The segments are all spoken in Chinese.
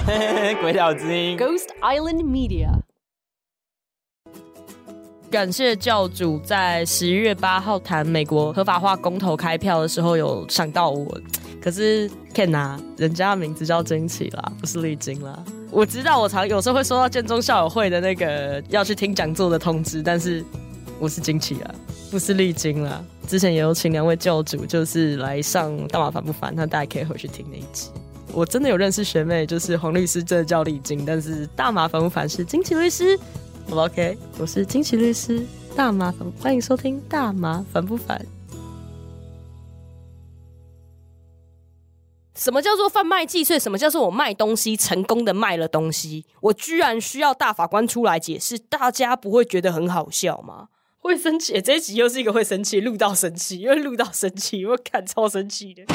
鬼岛之音 Ghost Island Media。 感谢教主在11月8号谈美国合法化公投开票的时候有想到我，可是 Ken 啊，人家的名字叫惊奇啦，不是丽晶啦。我知道我有时候会收到建中校友会的那个要去听讲座的通知，但是我是惊奇啦，不是丽晶啦。之前也有请2位教主就是来上大麻烦不烦，那大家可以回去听那一集。我真的有认识学妹，就是黄律师真的叫丽晶，但是大麻烦不烦是惊奇律师。OK， 我是惊奇律师大麻烦，欢迎收听大麻烦不烦。什么叫做贩卖既遂？什么叫做我卖东西成功的卖了东西？我居然需要大法官出来解释，大家不会觉得很好笑吗？会生气，这一集又是一个会生气，录到生气，因为录到生气，我看超生气的。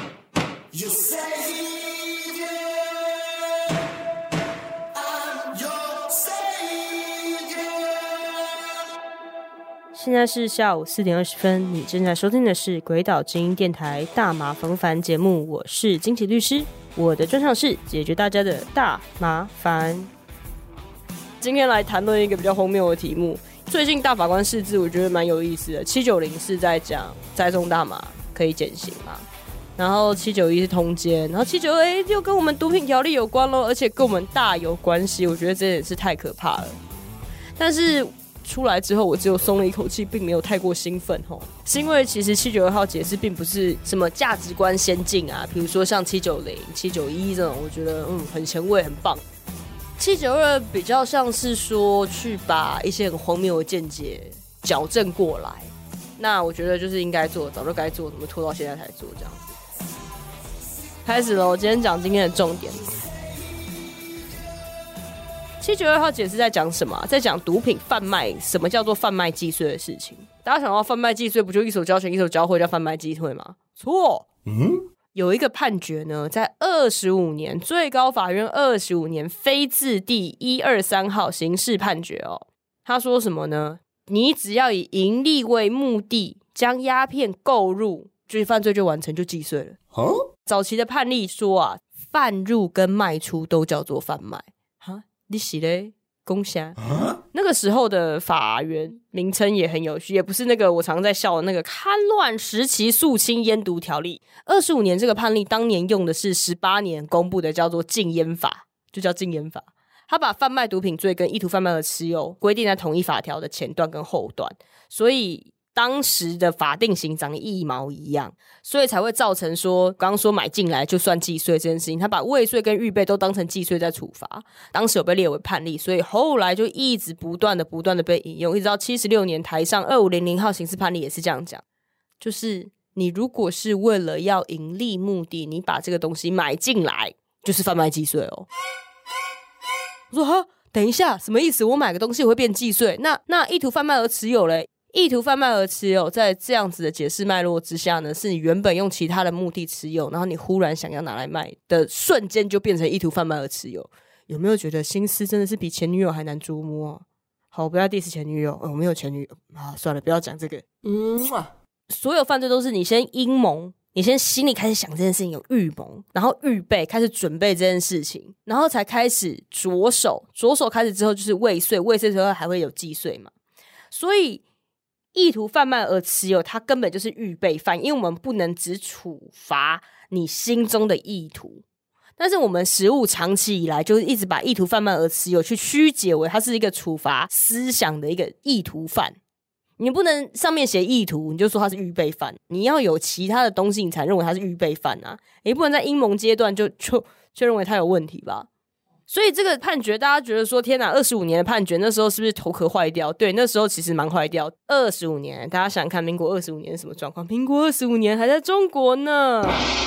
现在是下午4点20分，你正在收听的是鬼岛之音电台大麻烦不烦节目，我是惊奇律师，我的专长是解决大家的大麻烦。今天来谈论一个比较荒谬的题目，最近大法官释字我觉得蛮有意思的。790是在讲栽种大麻可以减刑嘛，然后791是通奸，然后792又跟我们毒品条例有关咯，而且跟我们大有关系，我觉得这也是太可怕了。但是出来之后我只有松了一口气，并没有太过兴奋齁，是因为其实792号解释并不是什么价值观先进啊，比如说像790、791这种，我觉得很前卫很棒。792比较像是说去把一些很荒谬的见解矫正过来，那我觉得就是应该做，早就该做，怎么拖到现在才做这样子。开始咯，今天讲今天的重点。792号解释在讲什么？在讲毒品贩卖，什么叫做贩卖既遂的事情。大家想到贩卖既遂，不就一手交钱一手交货叫贩卖既遂吗？错。有一个判决呢，在25年最高法院25年非字第123号刑事判决哦。他说什么呢？你只要以盈利为目的将鸦片购入，就是犯罪就完成，就既遂了。早期的判例说啊，贩入跟卖出都叫做贩卖。你是咧讲啥？那个时候的法源名称也很有趣，也不是那个我常在笑的那个戡乱时期肃清烟毒条例。25年这个判例当年用的是18年公布的叫做禁烟法，就叫禁烟法。他把贩卖毒品罪跟意图贩卖的持有规定在同一法条的前段跟后段，所以当时的法定刑长一毛一样，所以才会造成说刚刚说买进来就算既遂这件事情，他把未遂跟预备都当成既遂在处罚，当时有被列为判例，所以后来就一直不断的被引用，一直到76年台上2500号刑事判例也是这样讲，就是你如果是为了要盈利目的，你把这个东西买进来就是贩卖既遂哦。我说哈，等一下什么意思？我买个东西我会变既遂，那意图贩卖而持有嘞？意图贩卖而持有，在这样子的解释脉络之下呢，是你原本用其他的目的持有，然后你忽然想要拿来卖的瞬间就变成意图贩卖而持有。有没有觉得心思真的是比前女友还难捉摸啊？好，不要 diss 前女友，我没有前女友啊，算了，不要讲这个。所有犯罪都是你先阴谋，你先心里开始想这件事情有预谋，然后预备开始准备这件事情，然后才开始着手开始之后就是未遂之后还会有既遂嘛，所以意图贩卖而持有，它根本就是预备犯，因为我们不能只处罚你心中的意图，但是我们实务长期以来就是一直把意图贩卖而持有去曲解为它是一个处罚思想的一个意图犯。你不能上面写意图你就说它是预备犯，你要有其他的东西你才认为它是预备犯啊，你不能在阴谋阶段就认为它有问题吧。所以这个判决大家觉得说天哪，25年的判决，那时候是不是头壳坏掉？对，那时候其实蛮坏掉。25年大家想看民国25年是什么状况？民国25年还在中国呢。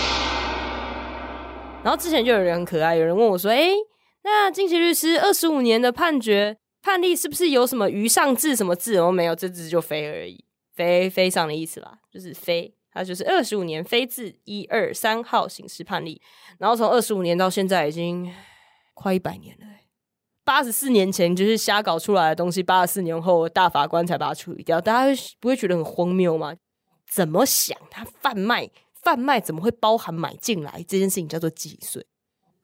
然后之前就有人很可爱，有人问我说那惊奇律师25年的判例是不是有什么于上字什么字？没有，这字就非而已，非上的意思啦，就是非，它就是25年非字123号刑事判例。然后从25年到现在已经快100年了84年前就是瞎搞出来的东西，84年后大法官才把它处理掉，大家不会觉得很荒谬吗？怎么想他贩卖怎么会包含买进来这件事情叫做既遂？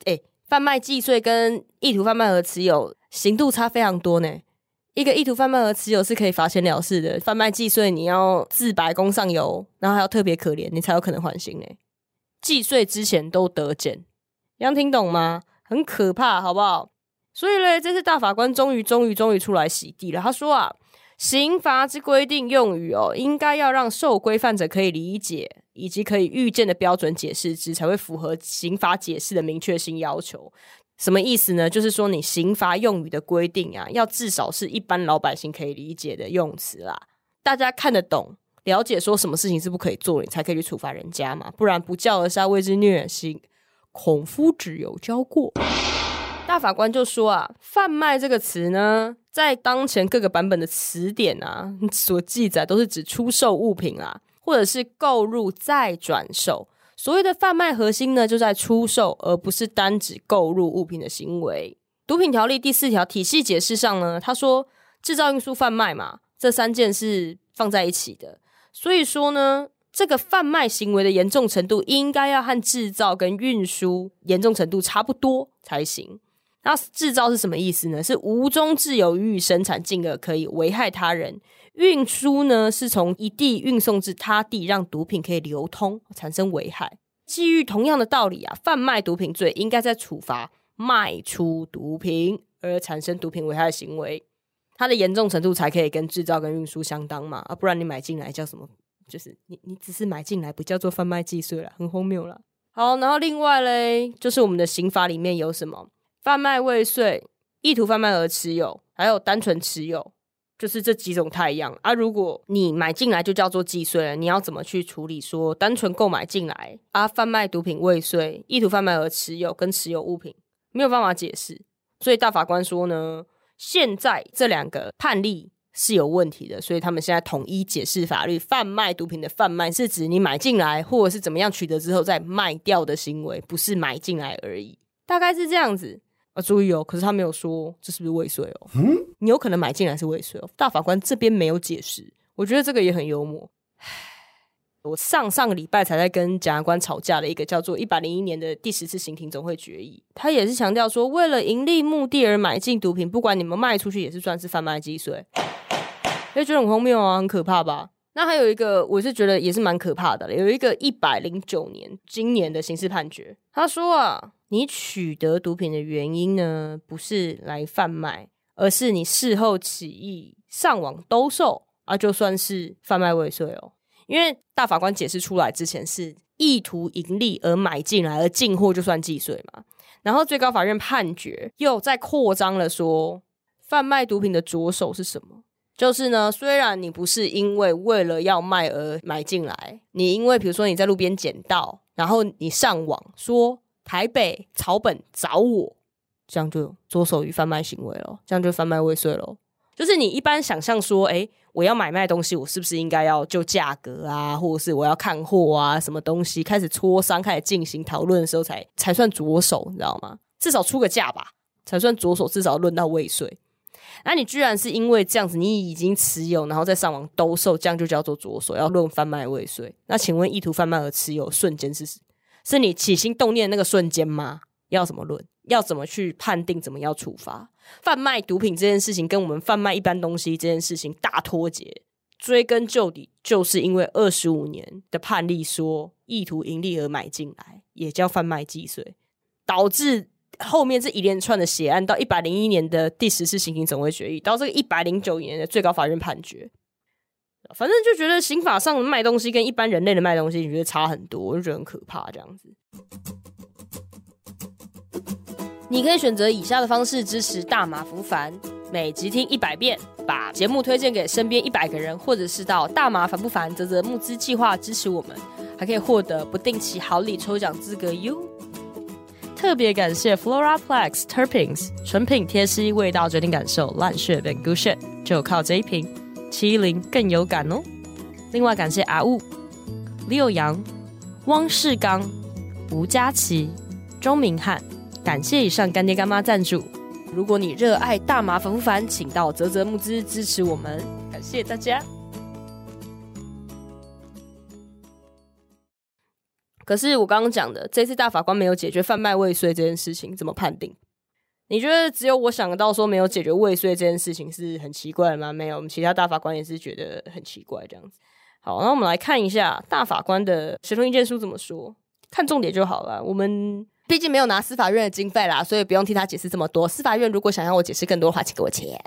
贩卖既遂跟意图贩卖而持有刑度差非常多呢。一个意图贩卖而持有是可以罚钱了事的，贩卖既遂你要自白公上游，然后还要特别可怜，你才有可能缓刑呢。既遂之前都得减，这样听懂吗？很可怕，好不好？所以呢，这次大法官终于出来洗地了。他说啊，刑罚之规定用语应该要让受规范者可以理解，以及可以预见的标准解释之，才会符合刑法解释的明确性要求。什么意思呢？就是说你刑罚用语的规定啊，要至少是一般老百姓可以理解的用词啦，大家看得懂了解说什么事情是不可以做，你才可以去处罚人家嘛，不然不教而杀谓之虐刑，孔夫子有教过。大法官就说啊，贩卖这个词呢，在当前各个版本的词典啊所记载都是指出售物品啊，或者是购入再转售。所谓的贩卖核心呢，就在出售，而不是单指购入物品的行为。毒品条例第4条体系解释上呢，他说制造、运输、贩卖嘛，这3件是放在一起的。所以说呢，这个贩卖行为的严重程度应该要和制造跟运输严重程度差不多才行。那制造是什么意思呢？是无中自有予以生产，进而可以危害他人。运输呢，是从一地运送至他地，让毒品可以流通，产生危害。基于同样的道理啊，贩卖毒品罪应该在处罚卖出毒品而产生毒品危害的行为，它的严重程度才可以跟制造跟运输相当嘛，不然你买进来叫什么？就是你只是买进来，不叫做贩卖既遂啦，很荒谬啦。好，然后另外嘞，就是我们的刑法里面有什么贩卖未遂、意图贩卖而持有，还有单纯持有，就是这几种太一样啊。如果你买进来就叫做既遂了，你要怎么去处理说单纯购买进来啊，贩卖毒品未遂、意图贩卖而持有跟持有物品没有办法解释。所以大法官说呢，现在这2个判例是有问题的，所以他们现在统一解释法律，贩卖毒品的贩卖是指你买进来或者是怎么样取得之后再卖掉的行为，不是买进来而已，大概是这样子。注意可是他没有说这是不是未遂你有可能买进来是未遂大法官这边没有解释，我觉得这个也很幽默。我上个礼拜才在跟检察官吵架的一个叫做101年的第10次刑庭总会决议，他也是强调说，为了盈利目的而买进毒品，不管你们卖出去也是算是贩卖既遂，就觉得很荒谬啊，很可怕吧。那还有一个我是觉得也是蛮可怕的，有一个109年今年的刑事判决，他说啊，你取得毒品的原因呢，不是来贩卖，而是你事后起意上网兜售啊，就算是贩卖未遂因为大法官解释出来之前是意图盈利而买进来，而进货就算既遂嘛。然后最高法院判决又再扩张了说，贩卖毒品的着手是什么？就是呢，虽然你不是因为了要卖而买进来，你因为比如说你在路边捡到，然后你上网说台北草本找我，这样就着手于贩卖行为了，这样就贩卖未遂了。就是你一般想象说我要买卖东西，我是不是应该要就价格啊，或者是我要看货啊，什么东西开始磋商开始进行讨论的时候才算着手，你知道吗？至少出个价吧才算着手，至少论到未遂。那你居然是因为这样子你已经持有然后再上网兜售，这样就叫做着手，要论贩卖未遂。那请问意图贩卖而持有瞬间是你起心动念的那个瞬间吗？要怎么论？要怎么去判定怎么要处罚？贩卖毒品这件事情跟我们贩卖一般东西这件事情大脱节，追根究底就是因为25年的判例说意图盈利而买进来也叫贩卖既遂，导致后面这一连串的血案，到101年的第10次刑庭总会决议，到这个109年的最高法院判决，反正就觉得刑法上的卖东西跟一般人类的卖东西，你觉得差很多，我就觉得很可怕这样子。你可以选择以下的方式支持大马福凡，每集听100遍，把节目推荐给身边100个人，或者是到大麻烦不烦泽募资计划支持我们，还可以获得不定期好礼抽奖资格哟。特别感谢 Floraplex Terpenes 纯品贴息，味道决定感受，烂血变 good shit 就靠这一瓶，70更有感哦。另外感谢阿雾、六阳、汪世刚、吴佳琪、钟明翰，感谢以上干爹干妈赞助。如果你热爱大麻烦不烦，请到泽募资支持我们，感谢大家。 可是我刚刚讲的，这次大法官没有解决贩卖未遂这件事情，怎么判定？你觉得只有我想到说没有解决未遂这件事情是很奇怪的吗？没有，我们其他大法官也是觉得很奇怪这样子。好，那我们来看一下大法官的协同意见书怎么说，看重点就好了。我们毕竟没有拿司法院的经费啦，所以不用替他解释这么多。司法院如果想要我解释更多的话，请给我钱。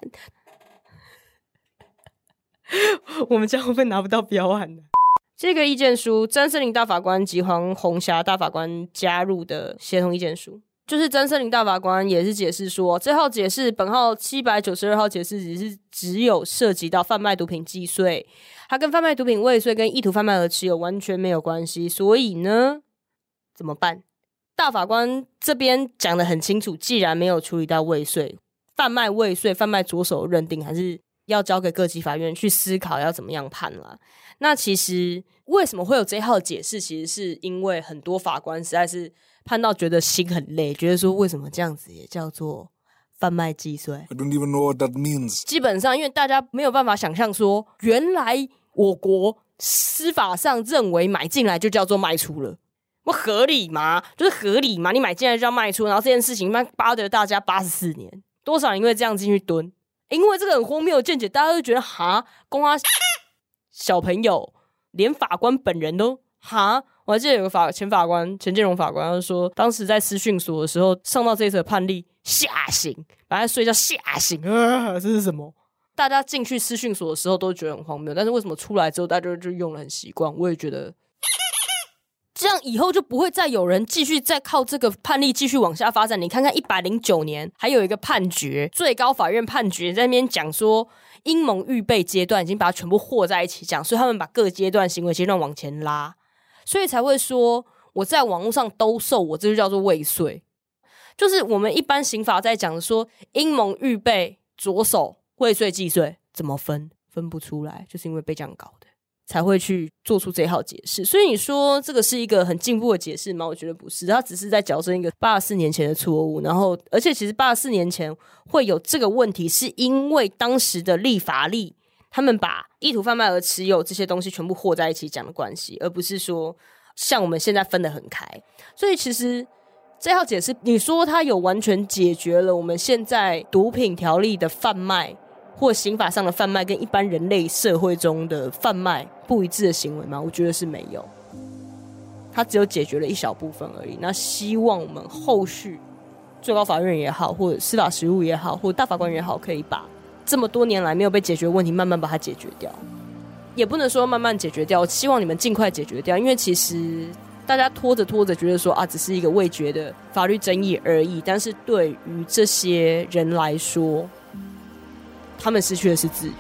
我们这样会不会拿不到标案呢？这个意见书，詹森林大法官及黄虹霞大法官加入的协同意见书，就是詹森林大法官也是解释说，这号解释本号792号解释只有涉及到贩卖毒品既遂，它跟贩卖毒品未遂跟意图贩卖而持有完全没有关系，所以呢，怎么办？大法官这边讲得很清楚，既然没有处理到未遂，贩卖未遂、贩卖左手认定还是要交给各级法院去思考要怎么样判啦。那其实为什么会有这一号解释，其实是因为很多法官实在是判到觉得心很累，觉得说为什么这样子也叫做贩卖既遂。 I don't even know what that means. 基本上因为大家没有办法想象说，原来我国司法上认为买进来就叫做卖出了，不合理吗？就是合理吗？你买进来就要卖出，然后这件事情扒得大家84年，多少人因为这样进去蹲，因为这个很荒谬的见解，大家都觉得哈，公他小朋友，连法官本人都哈。我还记得有个前法官陈建荣法官，他说当时在私训所的时候，上到这一则判例吓醒，把他睡觉吓醒这是什么？大家进去私训所的时候都觉得很荒谬，但是为什么出来之后大家就用了很习惯？我也觉得这样以后就不会再有人继续再靠这个判例继续往下发展。你看看109年还有一个判决，最高法院判决在那边讲说阴谋预备阶段已经把它全部和在一起讲，所以他们把各阶段行为阶段往前拉，所以才会说我在网络上兜售，我这就叫做未遂。就是我们一般刑法在讲说阴谋预备左手未遂既遂怎么分不出来，就是因为被这样搞的才会去做出这一号解释。所以你说这个是一个很进步的解释吗？我觉得不是，它只是在矫正一个84年前的错误。然后而且其实84年前会有这个问题，是因为当时的立法例他们把意图贩卖而持有这些东西全部和在一起讲的关系，而不是说像我们现在分得很开。所以其实这号解释你说它有完全解决了我们现在毒品条例的贩卖或刑法上的贩卖跟一般人类社会中的贩卖不一致的行为吗？我觉得是没有，它只有解决了一小部分而已。那希望我们后续最高法院也好，或者司法实务也好，或者大法官也好，可以把这么多年来没有被解决的问题慢慢把它解决掉。也不能说慢慢解决掉，希望你们尽快解决掉，因为其实大家拖着觉得说只是一个未决的法律争议而已，但是对于这些人来说，他们失去的是自由。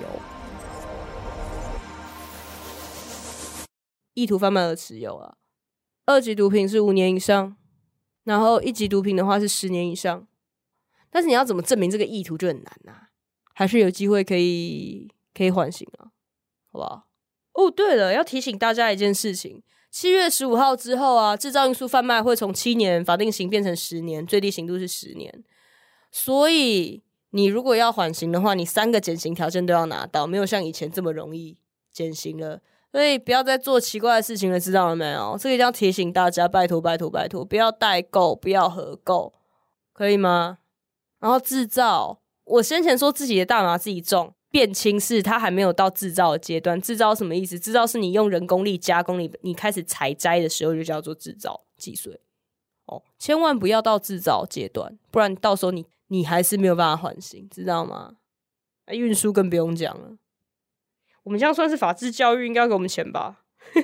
意图贩卖而持有啊，2级毒品是5年以上，然后1级毒品的话是10年以上。但是你要怎么证明这个意图就很难啊，还是有机会可以缓刑啊，好不好？哦，对了，要提醒大家一件事情，7月15号之后啊，制造、运输、贩卖会从7年法定刑变成10年，最低刑度是10年。所以你如果要缓刑的话，你3个减刑条件都要拿到，没有像以前这么容易减刑了。所以不要再做奇怪的事情了，知道了没有？这个一定要提醒大家，拜托拜托拜托，不要代购，不要合购，可以吗？然后制造，我先前说自己的大麻自己种，变轻是它还没有到制造的阶段。制造什么意思？制造是你用人工力加工，你开始采摘的时候就叫做制造既遂。千万不要到制造阶段，不然到时候你还是没有办法缓刑，知道吗？运输更不用讲了。我们这样算是法治教育，应该要给我们钱吧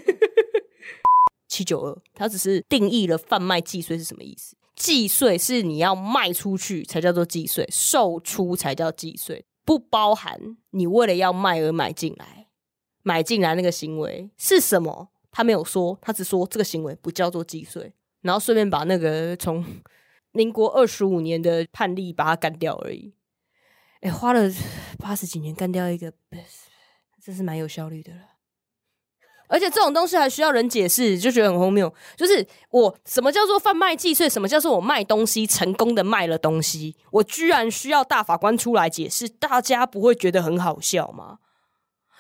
792它只是定义了贩卖既遂是什么意思。既遂是你要卖出去才叫做既遂，售出才叫既遂，不包含你为了要卖而买进来。买进来那个行为是什么他没有说，他只说这个行为不叫做既遂，然后顺便把那个从民国25年的判例把它干掉而已。花了80几年干掉一个，真是蛮有效率的了。而且这种东西还需要人解释，就觉得很荒谬。就是我什么叫做贩卖既遂，什么叫做我卖东西成功的卖了东西，我居然需要大法官出来解释，大家不会觉得很好笑吗？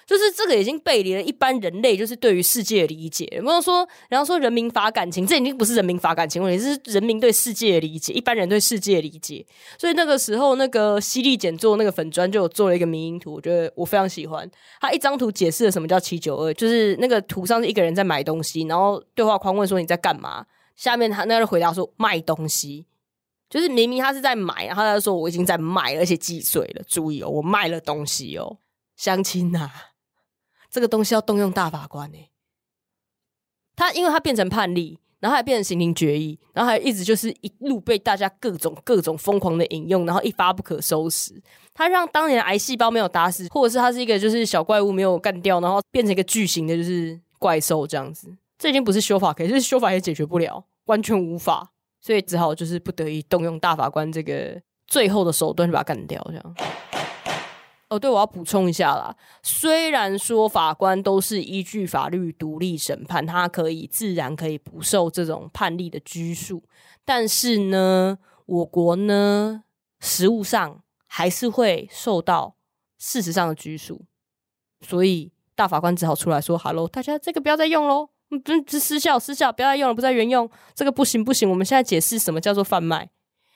就是这个已经背离了一般人类就是对于世界的理解。然后说人民法感情，这已经不是人民法感情问题，这是人民对世界的理解，一般人对世界的理解。所以那个时候，那个犀利简做那个粉专就有做了一个迷因图，我觉得我非常喜欢。他一张图解释了什么叫792，就是那个图上是一个人在买东西，然后对话框问说你在干嘛，下面他那个回答说卖东西。就是明明他是在买，然后他就说我已经在卖了，而且既遂了。注意哦，我卖了东西哦，乡亲啊，这个东西要动用大法官欸。他因为他变成判例，然后还变成行庭决议，然后还一直就是一路被大家各种疯狂的引用，然后一发不可收拾。他让当年的癌细胞没有打死，或者是他是一个就是小怪物没有干掉，然后变成一个巨型的就是怪兽这样子。这已经不是修法可以，就是修法也解决不了，完全无法。所以只好就是不得已动用大法官这个最后的手段去把它干掉，这样。哦，对，我要补充一下啦。虽然说法官都是依据法律独立审判，他自然可以不受这种判例的拘束，但是呢，我国呢，实务上还是会受到事实上的拘束，所以大法官只好出来说 ：“Hello， 大家这个不要再用咯。失效，不要再用了，不再原用，这个不行，我们现在解释什么叫做贩卖。”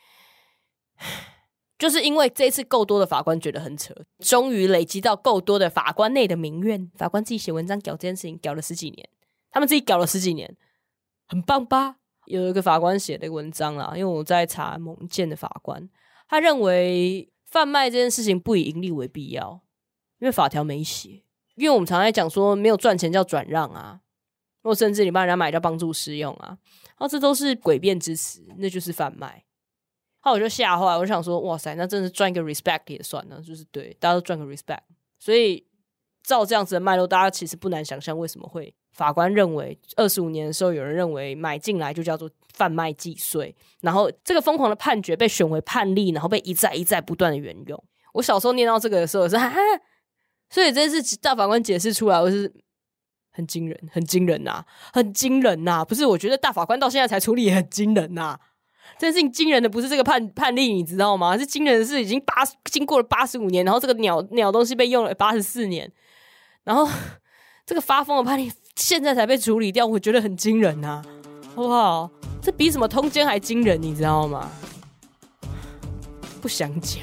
就是因为这一次够多的法官觉得很扯，终于累积到够多的法官内的民怨，法官自己写文章搞这件事情，搞了10几年，他们自己搞了10几年，很棒吧？有一个法官写的文章啦，因为我在查蒙建的法官，他认为贩卖这件事情不以盈利为必要，因为法条没写，因为我们常在讲说没有赚钱叫转让啊。或甚至你帮人家买叫帮助使用啊，然后这都是诡辩之词，那就是贩卖。后来我就吓坏，我就想说，哇塞，那真的是赚一个 respect 也算了，就是对，大家都赚个 respect。所以照这样子的脉络，大家其实不难想象为什么会法官认为25年的时候，有人认为买进来就叫做贩卖既遂，然后这个疯狂的判决被选为判例，然后被一再不断的沿用。我小时候念到这个的时候是哈，所以这次大法官解释出来，我是。很惊人呐！不是，我觉得大法官到现在才处理也很惊人呐。这件事情惊人的不是这个判例，你知道吗？是惊人的是已经经过了85年，然后这个鸟东西被用了84年，然后这个发疯的判例现在才被处理掉，我觉得很惊人呐，好不好？这比什么通奸还惊人，你知道吗？不想讲。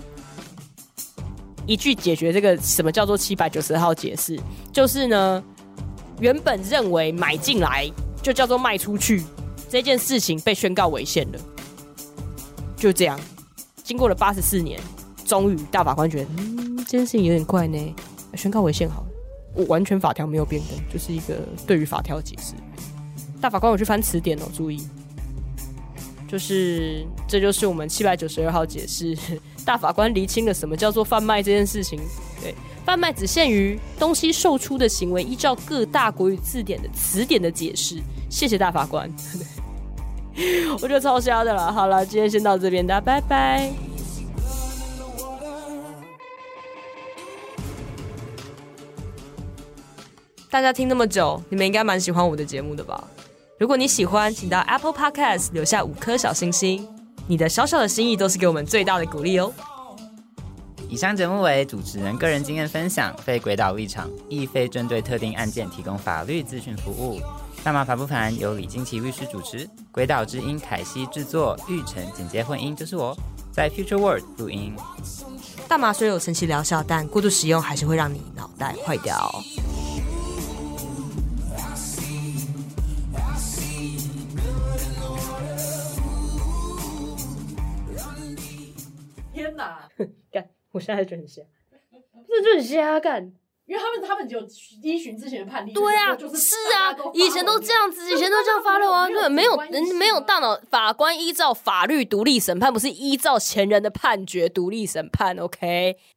一句解决这个什么叫做792号解释，就是呢。原本认为买进来就叫做卖出去，这件事情被宣告违宪了。就这样，经过了84年，终于大法官觉得，这件事情有点怪呢，宣告违宪好了。我完全法条没有变更，就是一个对于法条解释。大法官有去翻词典哦，注意，这就是我们792号解释。大法官厘清了什么叫做贩卖这件事情。对，贩卖只限于东西售出的行为，依照各大国语字典的词典的解释。谢谢大法官，我觉得超瞎的啦。好了，今天先到这边，大家拜拜。大家听那么久，你们应该蛮喜欢我的节目的吧？如果你喜欢，请到 Apple Podcast 留下5颗小星星，你的小小的心意都是给我们最大的鼓励哦。 以上节目为主持人个人经验分享，非轨道立场，亦非针对特定案件提供法律咨询服务。大马法不凡由李金奇律师主持，轨道之音凯西制作，玉成剪接混音就是我，在 Future World 录音。 大麻虽有神奇疗效，但过度使用还是会让你脑袋坏掉。天哪！干！我现在觉得很瞎，这就很瞎干， 因为他们只有依循之前的判例。 对啊， 就是啊，以前都这样子，以前都这样发落啊，对，没有大脑，法官依照法律独立审判，不是依照前人的判决独立审判 ，OK？